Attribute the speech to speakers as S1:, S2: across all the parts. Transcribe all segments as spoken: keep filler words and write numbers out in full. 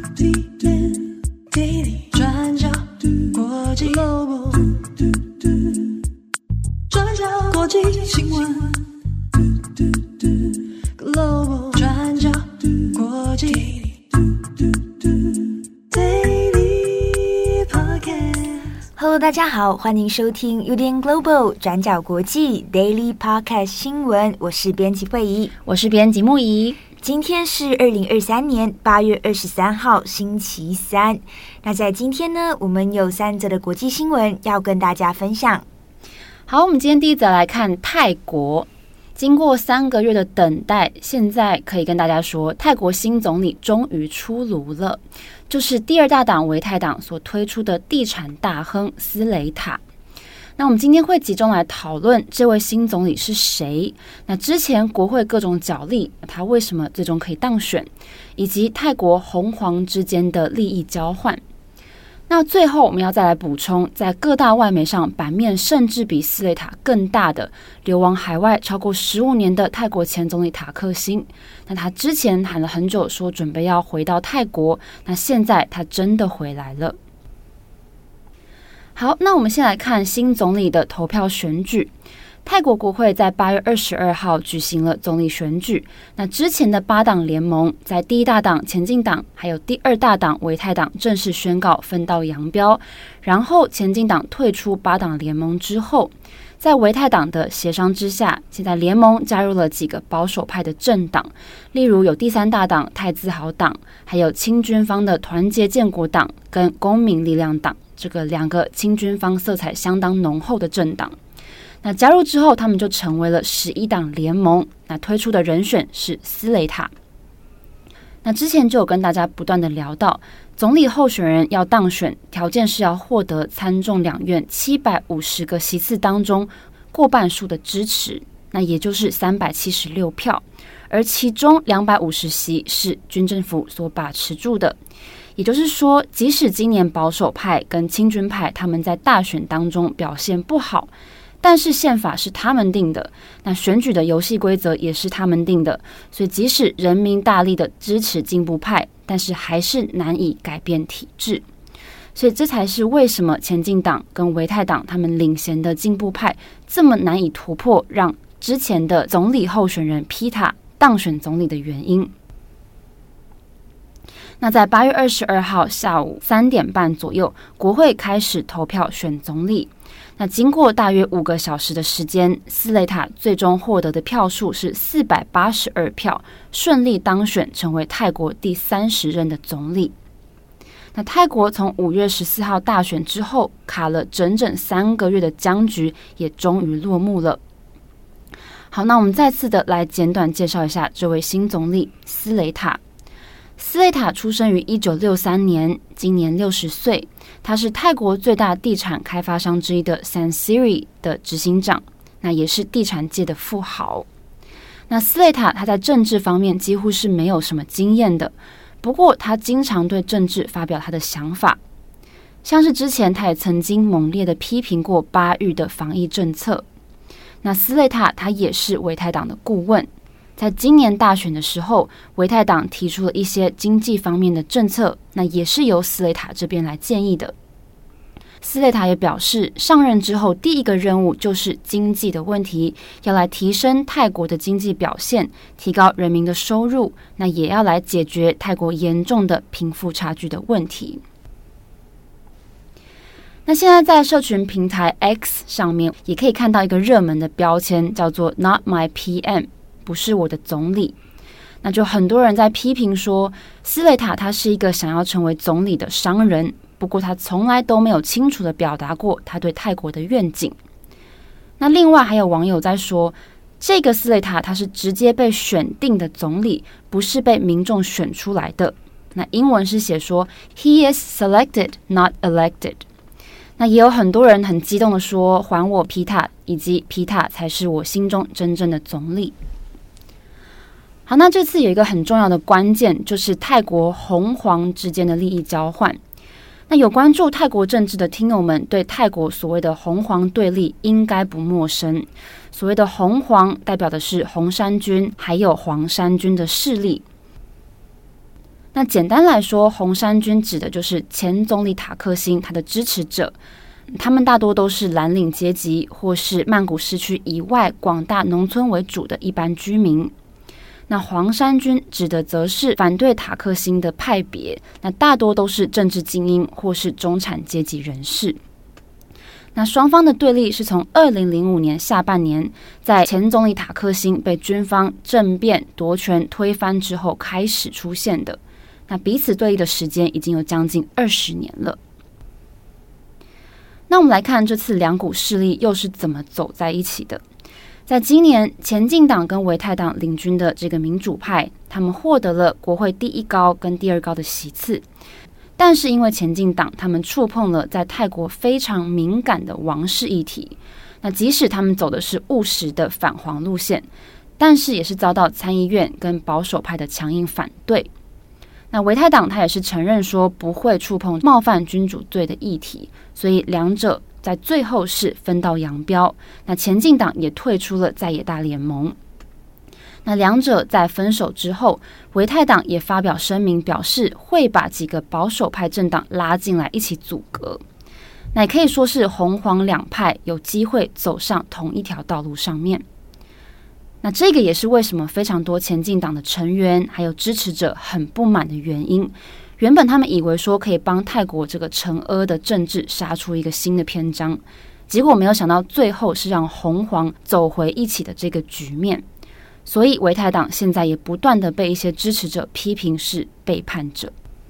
S1: 转角国际 Global 转角国际新闻 Global 转角国际 Daily Podcast。Hello，
S2: 大家好，欢迎收听 U D N Global 转角国际 Daily Podcast 新闻，我是编辑慧仪，
S3: 我是编辑木仪。
S2: 今天是二零二三年八月二十三号，星期三。那在今天呢，我们有三则的国际新闻要跟大家分享。
S3: 好，我们今天第一则来看泰国。经过三个月的等待，现在可以跟大家说，泰国新总理终于出炉了，就是第二大党维泰党所推出的地产大亨斯雷塔。那我们今天会集中来讨论这位新总理是谁，那之前国会各种角力，他为什么最终可以当选，以及泰国红黄之间的利益交换。那最后我们要再来补充，在各大外媒上版面甚至比斯雷塔更大的流亡海外超过十五年的泰国前总理塔克辛，那他之前喊了很久说准备要回到泰国，那现在他真的回来了。好，那我们先来看新总理的投票选举。泰国国会在八月二十二号举行了总理选举。那之前的八党联盟，在第一大党前进党还有第二大党维泰党正式宣告分道扬镳，然后前进党退出八党联盟之后，在维泰党的协商之下，现在联盟加入了几个保守派的政党，例如有第三大党泰自豪党，还有亲军方的团结建国党跟公民力量党，这个两个亲军方色彩相当浓厚的政党。那加入之后，他们就成为了十一党联盟，那推出的人选是斯雷塔。那之前就有跟大家不断的聊到，总理候选人要当选，条件是要获得参众两院七百五十个席次当中过半数的支持，那也就是三百七十六票，而其中两百五十席是军政府所把持住的。也就是说，即使今年保守派跟亲军派他们在大选当中表现不好，但是宪法是他们定的，那选举的游戏规则也是他们定的，所以即使人民大力的支持进步派，但是还是难以改变体制。所以这才是为什么前进党跟维泰党他们领衔的进步派这么难以突破，让之前的总理候选人皮塔当选总理的原因。那在八月二十二号下午三点半左右，国会开始投票选总理。那经过大约五个小时的时间，斯雷塔最终获得的票数是四百八十二票，顺利当选成为泰国第三十任的总理。那泰国从五月十四号大选之后，卡了整整三个月的僵局也终于落幕了。好，那我们再次的来简短介绍一下这位新总理斯雷塔。斯雷塔出生于一九六三年，今年六十岁。他是泰国最大地产开发商之一的 Sansiri 的执行长，那也是地产界的富豪。那斯雷塔他在政治方面几乎是没有什么经验的，不过他经常对政治发表他的想法，像是之前他也曾经猛烈的批评过巴育的防疫政策。那斯雷塔他也是维泰党的顾问。在今年大选的时候，维泰党提出了一些经济方面的政策，那也是由斯雷塔这边来建议的。斯雷塔也表示，上任之后第一个任务就是经济的问题，要来提升泰国的经济表现，提高人民的收入，那也要来解决泰国严重的贫富差距的问题。那现在在社群平台 X 上面也可以看到一个热门的标签，叫做 Not My P M，不是我的总理。那就很多人在批评说，斯雷塔他是一个想要成为总理的商人，不过他从来都没有清楚的表达过他对泰国的愿景。那另外还有网友在说，这个斯雷塔他是直接被选定的总理，不是被民众选出来的。那英文是写说 He is selected, not elected。那也有很多人很激动的说，还我皮塔，以及皮塔才是我心中真正的总理。好，那这次有一个很重要的关键，就是泰国红黄之间的利益交换。那有关注泰国政治的听友们，对泰国所谓的红黄对立应该不陌生。所谓的红黄代表的是红衫军还有黄衫军的势力。 那简单来说，红衫军指的就是前总理塔克辛他的支持者，他们大多都是蓝领阶级或是曼谷市区以外广大农村为主的一般居民。那黄衫军指的则是反对塔克辛的派别，那大多都是政治精英或是中产阶级人士。那双方的对立是从二零零五年下半年，在前总理塔克辛被军方政变夺权推翻之后开始出现的。那彼此对立的时间已经有将近二十年了。那我们来看这次两股势力又是怎么走在一起的。在今年，前进党跟维泰党领军的这个民主派，他们获得了国会第一高跟第二高的席次。但是因为前进党他们触碰了在泰国非常敏感的王室议题，那即使他们走的是务实的反皇路线，但是也是遭到参议院跟保守派的强硬反对。那维泰党他也是承认说不会触碰冒犯君主罪的议题，所以两者在最后是分道扬镳。那前进党也退出了在野大联盟。那两者在分手之后，维泰党也发表声明，表示会把几个保守派政党拉进来一起组阁。那也可以说是红黄两派有机会走上同一条道路上面。那这个也是为什么非常多前进党的成员还有支持者很不满的原因。原本他们以为说可以帮泰国这个陈阿的政治杀出一个新的篇章，结果没有想到最后是让红黄走回一起的这个局面。所以维泰党现在也不断的被一些支持者批评是背叛者。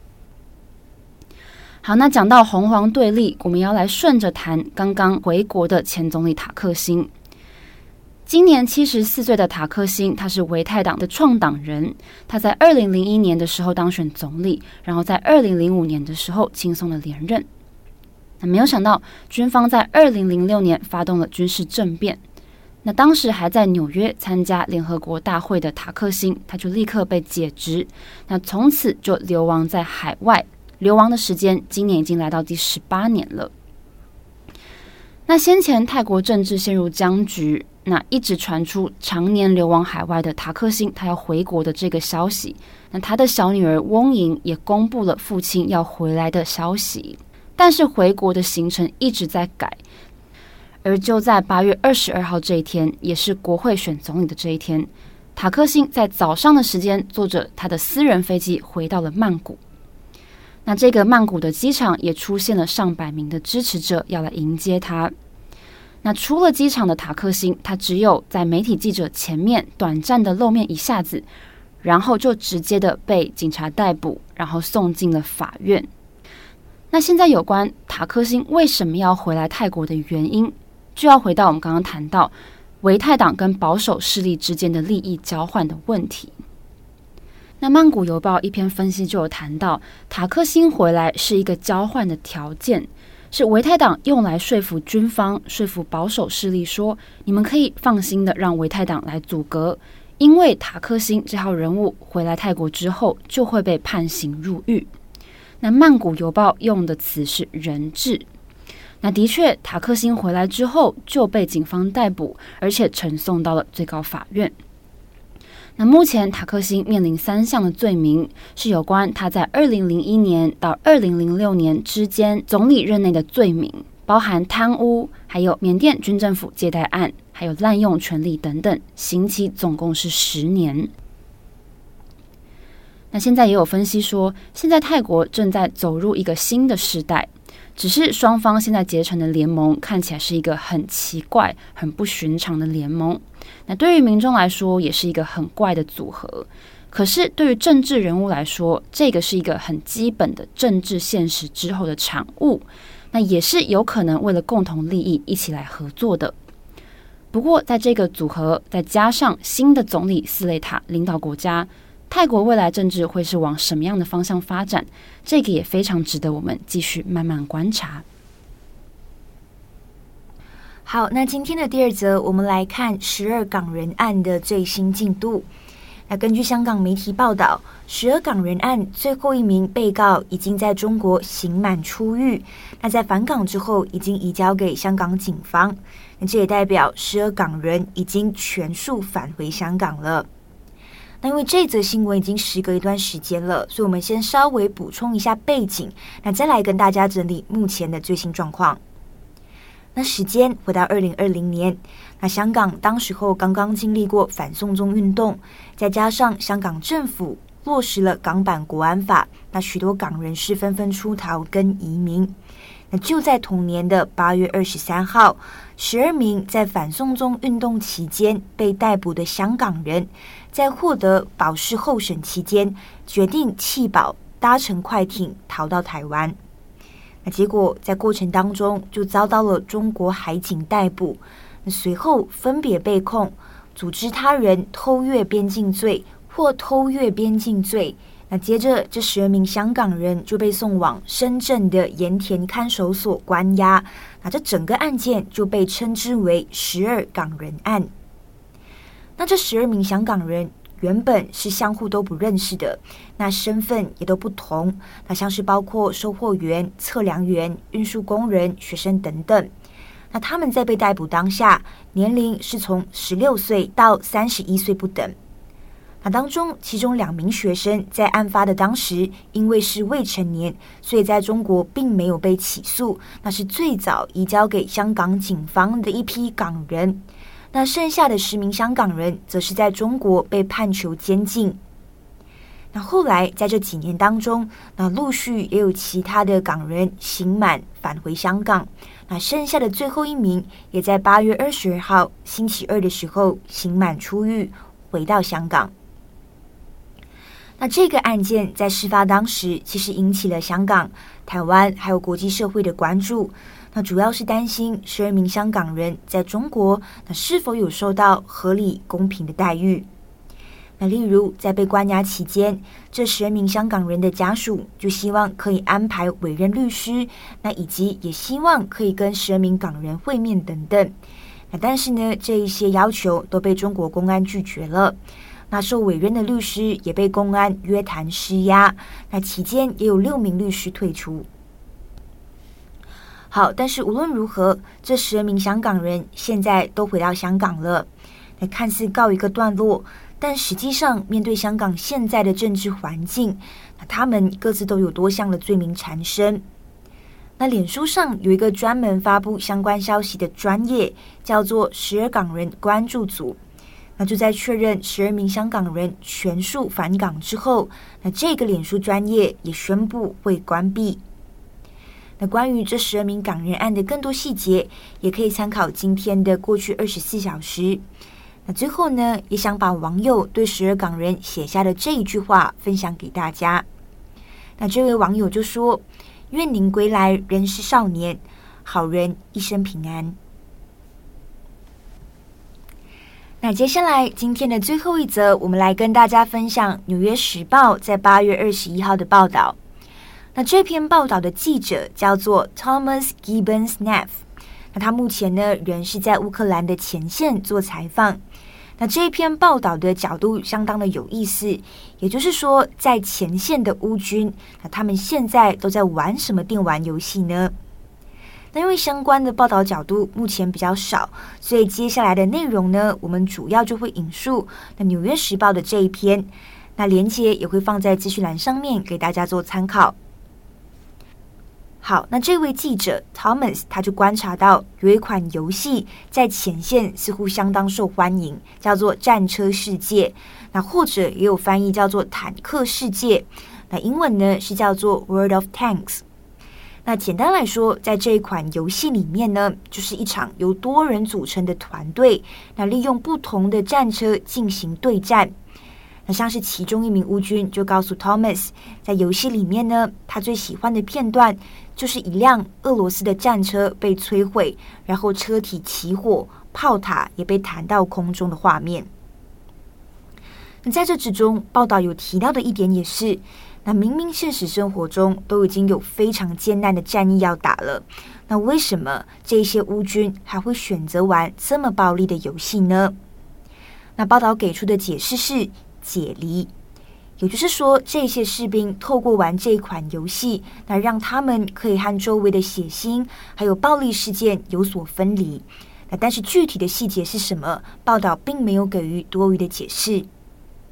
S3: 好，那讲到红黄对立，我们要来顺着谈刚刚回国的前总理塔克辛。今年七十四岁的塔克辛，他是维泰党的创党人。他在二零零一年的时候当选总理，然后在二零零五年的时候轻松的连任。那没有想到，军方在二零零六年发动了军事政变。那当时还在纽约参加联合国大会的塔克辛，他就立刻被解职。那从此就流亡在海外，流亡的时间今年已经来到第十八年了。那先前泰国政治陷入僵局，那一直传出常年流亡海外的塔克辛他要回国的这个消息。那他的小女儿翁莹也公布了父亲要回来的消息，但是回国的行程一直在改。而就在八月二十二号这一天，也是国会选总理的这一天，塔克辛在早上的时间坐着他的私人飞机回到了曼谷。那这个曼谷的机场也出现了上百名的支持者要来迎接他。那出了机场的塔克辛，他只有在媒体记者前面短暂的露面一下子，然后就直接的被警察逮捕，然后送进了法院。那现在有关塔克辛为什么要回来泰国的原因，就要回到我们刚刚谈到维泰党跟保守势力之间的利益交换的问题。那曼谷邮报一篇分析就有谈到，塔克辛回来是一个交换的条件，是维泰党用来说服军方、说服保守势力说，你们可以放心的让维泰党来阻隔，因为塔克辛这号人物回来泰国之后就会被判刑入狱。那曼谷邮报用的词是人质。那的确，塔克辛回来之后就被警方逮捕，而且呈送到了最高法院。那目前塔克辛面临三项的罪名，是有关他在二零零一年到二零零六年之间总理任内的罪名，包含贪污，还有缅甸军政府借贷案，还有滥用权力等等，刑期总共是十年。那现在也有分析说，现在泰国正在走入一个新的时代，只是双方现在结成的联盟看起来是一个很奇怪、很不寻常的联盟。那对于民众来说，也是一个很怪的组合。可是对于政治人物来说，这个是一个很基本的政治现实之后的产物，那也是有可能为了共同利益一起来合作的。不过在这个组合再加上新的总理斯雷塔领导国家，泰国未来政治会是往什么样的方向发展？这个也非常值得我们继续慢慢观察。
S2: 好，那今天的第二则，我们来看十二港人案的最新进度。那根据香港媒体报道，十二港人案最后一名被告已经在中国刑满出狱，那在返港之后已经移交给香港警方。那这也代表十二港人已经全数返回香港了。 那因为这则新闻已经时隔一段时间了，所以我们先稍微补充一下背景，那再来跟大家整理目前的最新状况。那时间回到二零二零年，那香港当时候刚刚经历过反送中运动，再加上香港政府落实了港版国安法，那许多港人是纷纷出逃跟移民。那就在同年的八月二十三号，十二名在反送中运动期间被逮捕的香港人，在获得保释候审期间，决定弃保，搭乘快艇逃到台湾。那结果在过程当中就遭到了中国海警逮捕，随后分别被控组织他人偷越边境罪或偷越边境罪。那接着这十二名香港人就被送往深圳的盐田看守所关押，那这整个案件就被称之为十二港人案。那这十二名香港人原本是相互都不认识的，那身份也都不同，那像是包括售货员、测量员、运输工人、学生等等。那他们在被逮捕当下，年龄是从十六岁到三十一岁不等。那当中，其中两名学生在案发的当时，因为是未成年，所以在中国并没有被起诉，那是最早移交给香港警方的一批港人。那剩下的十名香港人则是在中国被判囚监禁。那后来在这几年当中，那陆续也有其他的港人刑满返回香港。那剩下的最后一名也在八月二十二号星期二的时候刑满出狱，回到香港。那这个案件在事发当时，其实引起了香港、台湾还有国际社会的关注。那主要是担心十二名香港人在中国，那是否有受到合理公平的待遇？那例如在被关押期间，这十二名香港人的家属就希望可以安排委任律师，那以及也希望可以跟十二名港人会面等等。那但是呢，这一些要求都被中国公安拒绝了。那受委任的律师也被公安约谈施压，那期间也有六名律师退出。好，但是无论如何，这十二名香港人现在都回到香港了，那看似告一个段落，但实际上面对香港现在的政治环境，那他们各自都有多项的罪名缠身。那脸书上有一个专门发布相关消息的专页，叫做十二港人关注组。那就在确认十二名香港人全数返港之后，那这个脸书专页也宣布会关闭。那关于这十二名港人案的更多细节，也可以参考今天的过去二十四小时。那最后呢，也想把网友对十二港人写下的这一句话分享给大家。那这位网友就说：“愿您归来仍是少年，好人一生平安。”那接下来今天的最后一则，我们来跟大家分享《纽约时报》在八月二十一号的报道。那这篇报道的记者叫做 Thomas Gibbons Neff， 那他目前呢人是在乌克兰的前线做采访。那这篇报道的角度相当的有意思，也就是说，在前线的乌军，那他们现在都在玩什么电玩游戏呢？那因为相关的报道角度目前比较少，所以接下来的内容呢，我们主要就会引述那《纽约时报》的这一篇，那连结也会放在资讯栏上面给大家做参考。好，那这位记者 Thomas 他就观察到有一款游戏在前线似乎相当受欢迎，叫做战车世界，那或者也有翻译叫做坦克世界，那英文呢是叫做 World of Tanks。那简单来说，在这一款游戏里面呢，就是一场由多人组成的团队，那利用不同的战车进行对战。那像是其中一名乌军就告诉 Thomas， 在游戏里面呢，他最喜欢的片段就是一辆俄罗斯的战车被摧毁，然后车体起火，炮塔也被弹到空中的画面。那在这之中，报道有提到的一点也是，那明明现实生活中都已经有非常艰难的战役要打了，那为什么这些乌军还会选择玩这么暴力的游戏呢？那报道给出的解释是解离，也就是说，这些士兵透过玩这一款游戏，那让他们可以和周围的血腥还有暴力事件有所分离。那但是具体的细节是什么，报道并没有给予多余的解释。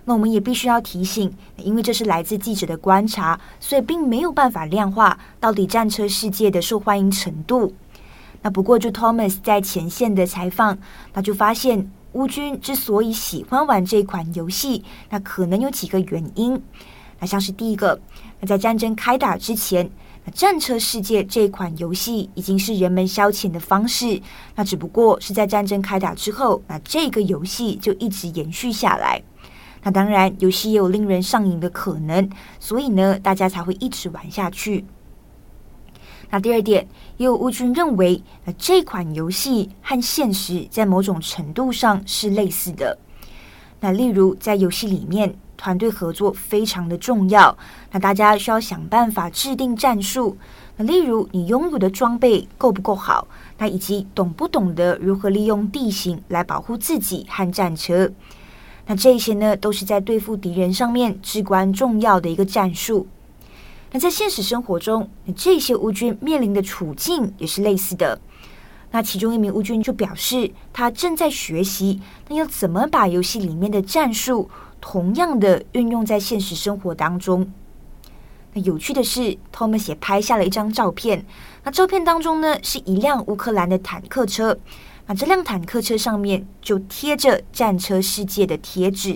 S2: 那我们也必须要提醒，因为这是来自记者的观察，所以并没有办法量化到底战车世界的受欢迎程度。那不过就 Thomas 在前线的采访，那就发现乌军之所以喜欢玩这款游戏，那可能有几个原因。那像是第一个，那在战争开打之前，那战车世界这款游戏已经是人们消遣的方式，那只不过是在战争开打之后，那这个游戏就一直延续下来。那当然，游戏也有令人上瘾的可能，所以呢，大家才会一直玩下去。那第二点，也有乌军认为，那这款游戏和现实在某种程度上是类似的。那例如在游戏里面，团队合作非常的重要，那大家需要想办法制定战术。那例如你拥有的装备够不够好，那以及懂不懂得如何利用地形来保护自己和战车。那这些呢，都是在对付敌人上面至关重要的一个战术。那在现实生活中，这些乌军面临的处境也是类似的。那其中一名乌军就表示，他正在学习，那要怎么把游戏里面的战术同样的运用在现实生活当中。那有趣的是 Thomas 也拍下了一张照片，那照片当中呢，是一辆乌克兰的坦克车，那这辆坦克车上面就贴着战车世界的贴纸。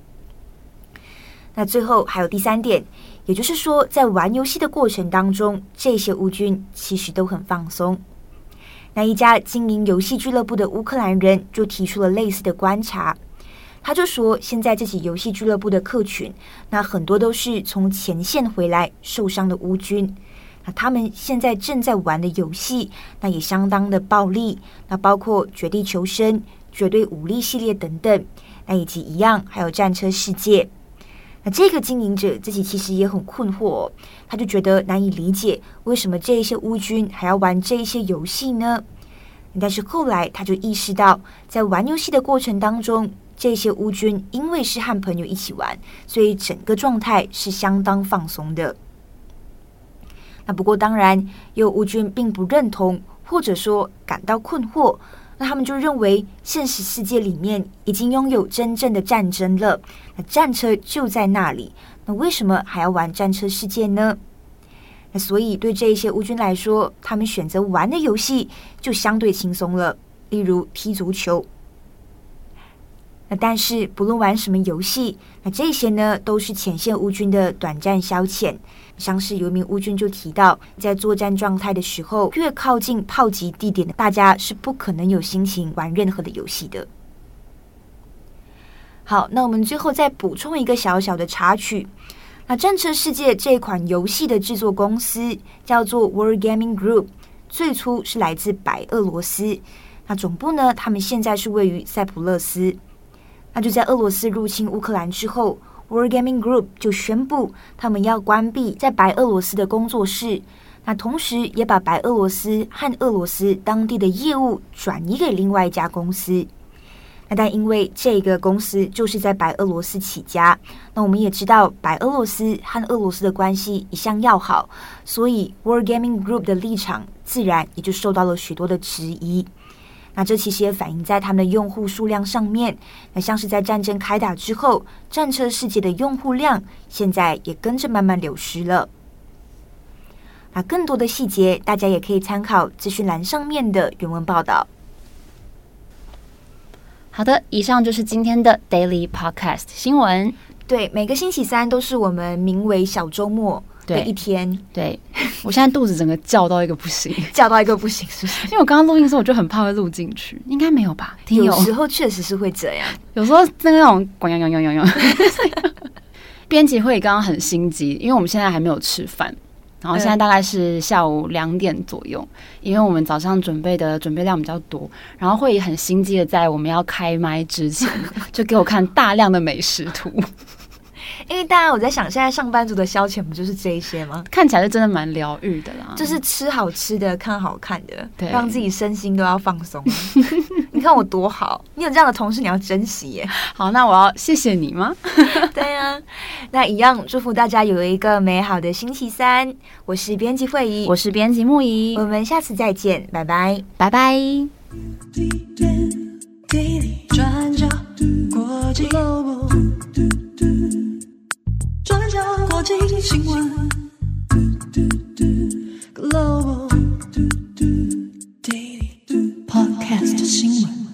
S2: 那最后还有第三点，也就是说，在玩游戏的过程当中，这些乌军其实都很放松。那一家经营游戏俱乐部的乌克兰人就提出了类似的观察，他就说，现在这起游戏俱乐部的客群，那很多都是从前线回来受伤的乌军。那他们现在正在玩的游戏，那也相当的暴力，那包括绝地求生、绝对武力系列等等，那以及一样还有战车世界。那这个经营者自己其实也很困惑哦，他就觉得难以理解为什么这一些乌军还要玩这一些游戏呢？但是后来他就意识到，在玩游戏的过程当中，这些乌军因为是和朋友一起玩，所以整个状态是相当放松的。那不过当然，也有乌军并不认同，或者说感到困惑。那他们就认为，现实世界里面已经拥有真正的战争了，那战车就在那里，那为什么还要玩战车世界呢？那所以对这一些乌军来说，他们选择玩的游戏就相对轻松了，例如踢足球。那但是不论玩什么游戏，那这些呢都是前线乌军的短暂消遣。像是有一名乌军就提到，在作战状态的时候，越靠近炮击地点的大家是不可能有心情玩任何的游戏的。好，那我们最后再补充一个小小的插曲。那战车世界这款游戏的制作公司叫做 Wargaming Group， 最初是来自白俄罗斯，那总部呢，他们现在是位于塞浦路斯。那就在俄罗斯入侵乌克兰之后， Wargaming Group 就宣布他们要关闭在白俄罗斯的工作室，那同时也把白俄罗斯和俄罗斯当地的业务转移给另外一家公司。那但因为这个公司就是在白俄罗斯起家，那我们也知道白俄罗斯和俄罗斯的关系一向要好，所以 Wargaming Group 的立场自然也就受到了许多的质疑。那这其实也反映在他们的用户数量上面，那像是在战争开打之后，战车世界的用户量现在也跟着慢慢流失了。那更多的细节大家也可以参考资讯栏上面的原文报道。
S3: 好的，以上就是今天的 Daily Podcast 新闻。
S2: 对，每个星期三都是我们名为小周末的一天。
S3: 对，我现在肚子整个叫到一个不行，
S2: 叫到一个不行，是不是？
S3: 因为我刚刚录音的时候，我就很怕会录进去，应该没有吧？听
S2: 有时候确实是会这样，
S3: 有时候那种咣洋洋洋洋洋。编辑会刚刚很心急，因为我们现在还没有吃饭。然后现在大概是下午两点左右，因为我们早上准备的准备量比较多，然后会很心机的在我们要开麦之前，就给我看大量的美食图。
S2: 因为大家我在想，现在上班族的消遣不就是这一些吗？
S3: 看起来是真的蛮疗愈的啦，
S2: 就是吃好吃的，看好看的，
S3: 对，
S2: 让自己身心都要放松。你看我多好，你有这样的同事，你要珍惜耶。
S3: 好，那我要谢谢你吗？
S2: 对啊，那一样祝福大家有一个美好的星期三。我是编辑慧仪，
S3: 我是编辑木仪，
S2: 我们下次再见，拜拜，
S3: 拜拜。
S1: 转角国际国际新闻 Global Daily Podcast 新闻